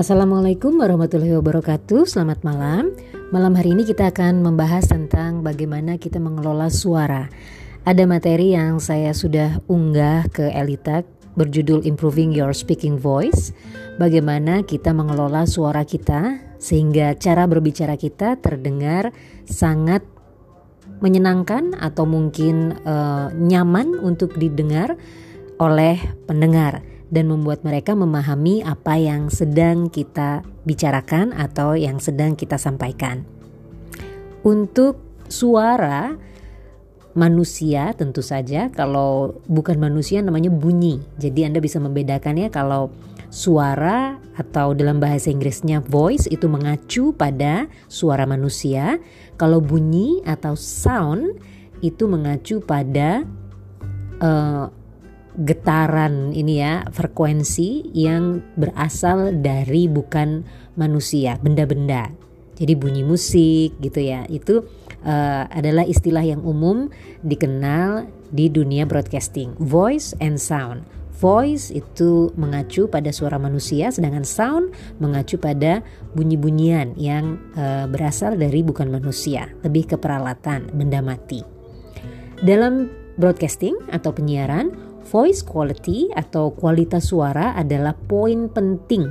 Assalamualaikum warahmatullahi wabarakatuh. Selamat malam. Malam hari ini kita akan membahas tentang bagaimana kita mengelola suara. Ada materi yang saya sudah unggah ke Elita berjudul Improving Your Speaking Voice. Bagaimana kita mengelola suara kita sehingga cara berbicara kita terdengar sangat menyenangkan atau mungkin nyaman untuk didengar oleh pendengar dan membuat mereka memahami apa yang sedang kita bicarakan atau yang sedang kita sampaikan. Untuk suara manusia tentu saja, kalau bukan manusia namanya bunyi. Jadi Anda bisa membedakannya kalau suara atau dalam bahasa Inggrisnya voice itu mengacu pada suara manusia. Kalau bunyi atau sound itu mengacu pada getaran frekuensi yang berasal dari bukan manusia, benda-benda. Jadi bunyi musik gitu ya, itu adalah istilah yang umum dikenal di dunia broadcasting, voice and sound. Voice itu mengacu pada suara manusia, sedangkan sound mengacu pada bunyi-bunyian yang berasal dari bukan manusia, lebih ke peralatan, benda mati. Dalam broadcasting atau penyiaran, voice quality atau kualitas suara adalah poin penting.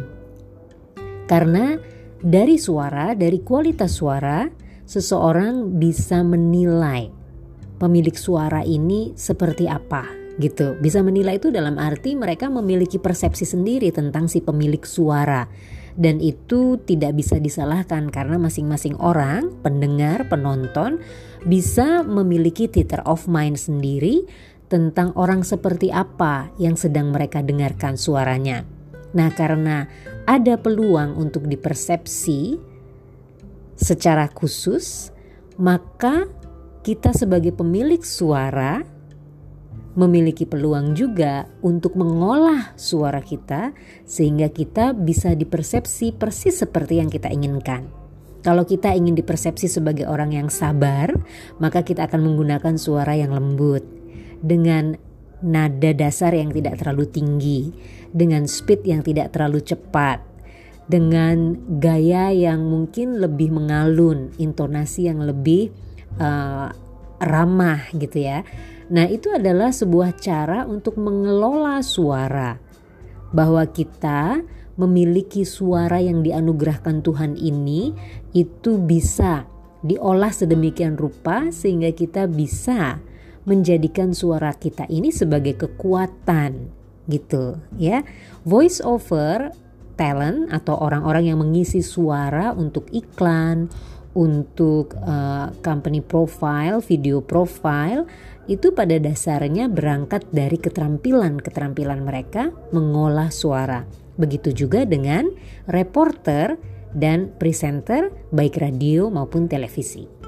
Karena dari suara, dari kualitas suara, seseorang bisa menilai pemilik suara ini seperti apa gitu. Bisa menilai itu dalam arti mereka memiliki persepsi sendiri tentang si pemilik suara. Dan itu tidak bisa disalahkan karena masing-masing orang, pendengar, penonton bisa memiliki theater of mind sendiri tentang orang seperti apa yang sedang mereka dengarkan suaranya. Nah, karena ada peluang untuk dipersepsi secara khusus, maka kita sebagai pemilik suara memiliki peluang juga untuk mengolah suara kita sehingga kita bisa dipersepsi persis seperti yang kita inginkan. Kalau kita ingin dipersepsi sebagai orang yang sabar, maka kita akan menggunakan suara yang lembut, dengan nada dasar yang tidak terlalu tinggi, dengan speed yang tidak terlalu cepat, dengan gaya yang mungkin lebih mengalun, intonasi yang lebih ramah gitu ya. Nah, itu adalah sebuah cara untuk mengelola suara, bahwa kita memiliki suara yang dianugerahkan Tuhan ini itu bisa diolah sedemikian rupa sehingga kita bisa menjadikan suara kita ini sebagai kekuatan gitu ya. Voice over talent atau orang-orang yang mengisi suara untuk iklan, untuk company profile, video profile, itu pada dasarnya berangkat dari keterampilan mereka mengolah suara. Begitu juga dengan reporter dan presenter baik radio maupun televisi.